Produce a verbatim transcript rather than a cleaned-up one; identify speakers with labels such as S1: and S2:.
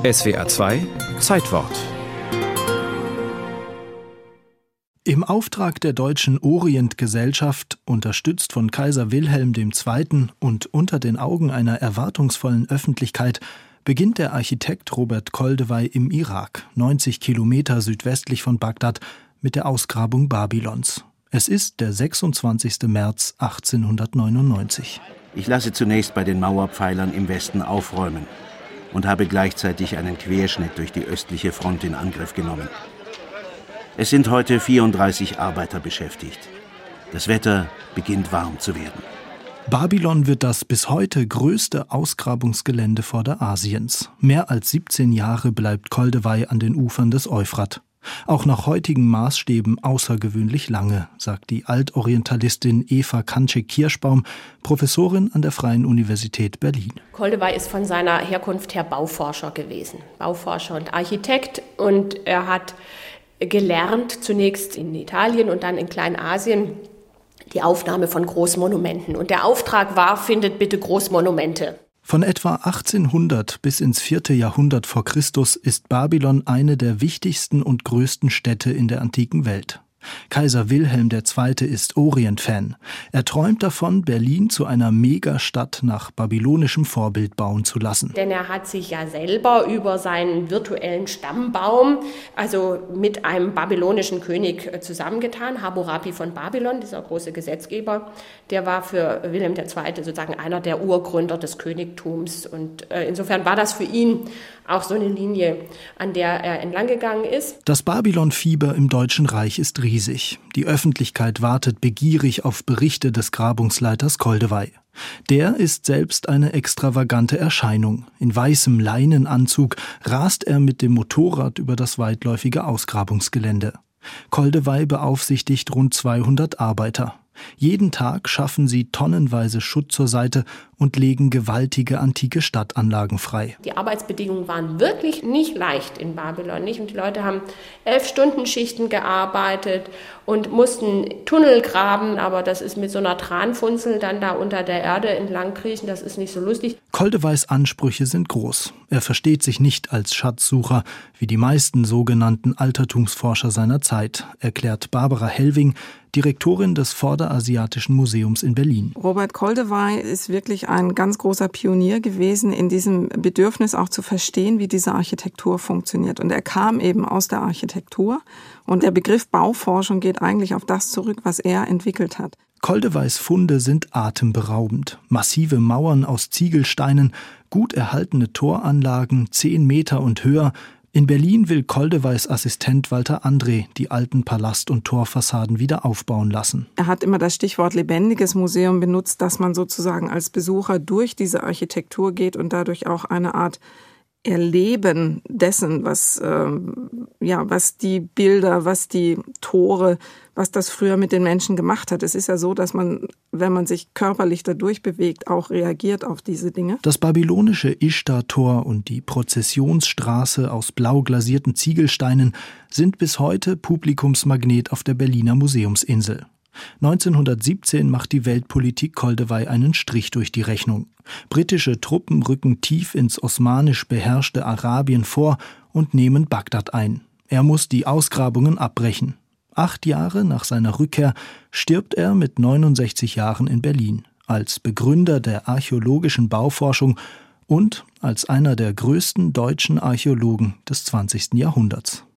S1: S W R zwei Zeitwort.
S2: Im Auftrag der Deutschen Orientgesellschaft, unterstützt von Kaiser Wilhelm der Zweite. Und unter den Augen einer erwartungsvollen Öffentlichkeit, beginnt der Architekt Robert Koldewey im Irak, neunzig Kilometer südwestlich von Bagdad, mit der Ausgrabung Babylons. Es ist der sechsundzwanzigste März achtzehnhundertneunundneunzig.
S3: Ich lasse zunächst bei den Mauerpfeilern im Westen aufräumen und habe gleichzeitig einen Querschnitt durch die östliche Front in Angriff genommen. Es sind heute vierunddreißig Arbeiter beschäftigt. Das Wetter beginnt warm zu werden.
S2: Babylon wird das bis heute größte Ausgrabungsgelände Vorderasiens. Mehr als siebzehn Jahre bleibt Koldewey an den Ufern des Euphrat. Auch nach heutigen Maßstäben außergewöhnlich lange, sagt die Altorientalistin Eva Kanczek-Kirschbaum, Professorin an der Freien Universität Berlin.
S4: Koldewey ist von seiner Herkunft her Bauforscher gewesen, Bauforscher und Architekt, und er hat gelernt, zunächst in Italien und dann in Kleinasien, die Aufnahme von Großmonumenten. Und der Auftrag war, findet bitte Großmonumente.
S2: Von etwa achtzehnhundert bis ins vierte Jahrhundert vor Christus ist Babylon eine der wichtigsten und größten Städte in der antiken Welt. Kaiser Wilhelm der Zweite. Ist Orient-Fan. Er träumt davon, Berlin zu einer Megastadt nach babylonischem Vorbild bauen zu lassen.
S4: Denn er hat sich ja selber über seinen virtuellen Stammbaum, also mit einem babylonischen König zusammengetan, Hammurabi von Babylon, dieser große Gesetzgeber. Der war für Wilhelm der Zweite. sozusagen einer der Urgründer des Königtums. Und äh, insofern war das für ihn auch so eine Linie, an der er entlang gegangen ist.
S2: Das Babylon-Fieber im Deutschen Reich ist riesig. Die Öffentlichkeit wartet begierig auf Berichte des Grabungsleiters Koldewey. Der ist selbst eine extravagante Erscheinung. In weißem Leinenanzug rast er mit dem Motorrad über das weitläufige Ausgrabungsgelände. Koldewey beaufsichtigt rund zweihundert Arbeiter. Jeden Tag schaffen sie tonnenweise Schutt zur Seite und legen gewaltige antike Stadtanlagen frei.
S4: Die Arbeitsbedingungen waren wirklich nicht leicht in Babylon, nicht? Und die Leute haben elf Stunden Schichten gearbeitet und mussten Tunnel graben, aber das ist mit so einer Tranfunzel dann da unter der Erde entlang kriechen, das ist nicht so lustig.
S2: Koldeweys Ansprüche sind groß. Er versteht sich nicht als Schatzsucher, wie die meisten sogenannten Altertumsforscher seiner Zeit, erklärt Barbara Hellwing, Direktorin des Vorderasiatischen Museums in Berlin.
S5: Robert Koldewey ist wirklich ein ganz großer Pionier gewesen in diesem Bedürfnis auch zu verstehen, wie diese Architektur funktioniert. Und er kam eben aus der Architektur. Und der Begriff Bauforschung geht eigentlich auf das zurück, was er entwickelt hat.
S2: Koldeweys Funde sind atemberaubend. Massive Mauern aus Ziegelsteinen, gut erhaltene Toranlagen, zehn Meter und höher. In Berlin will Koldeweys Assistent Walter André die alten Palast- und Torfassaden wieder aufbauen lassen.
S5: Er hat immer das Stichwort lebendiges Museum benutzt, dass man sozusagen als Besucher durch diese Architektur geht und dadurch auch eine Art Erleben dessen, was, äh, ja, was die Bilder, was die Tore, was das früher mit den Menschen gemacht hat. Es ist ja so, dass man, wenn man sich körperlich dadurch bewegt, auch reagiert auf diese Dinge.
S2: Das babylonische Ishtar-Tor und die Prozessionsstraße aus blau glasierten Ziegelsteinen sind bis heute Publikumsmagnet auf der Berliner Museumsinsel. neunzehnhundertsiebzehn macht die Weltpolitik Koldewey einen Strich durch die Rechnung. Britische Truppen rücken tief ins osmanisch beherrschte Arabien vor und nehmen Bagdad ein. Er muss die Ausgrabungen abbrechen. Acht Jahre nach seiner Rückkehr stirbt er mit neunundsechzig Jahren in Berlin, als Begründer der archäologischen Bauforschung und als einer der größten deutschen Archäologen des zwanzigsten Jahrhunderts.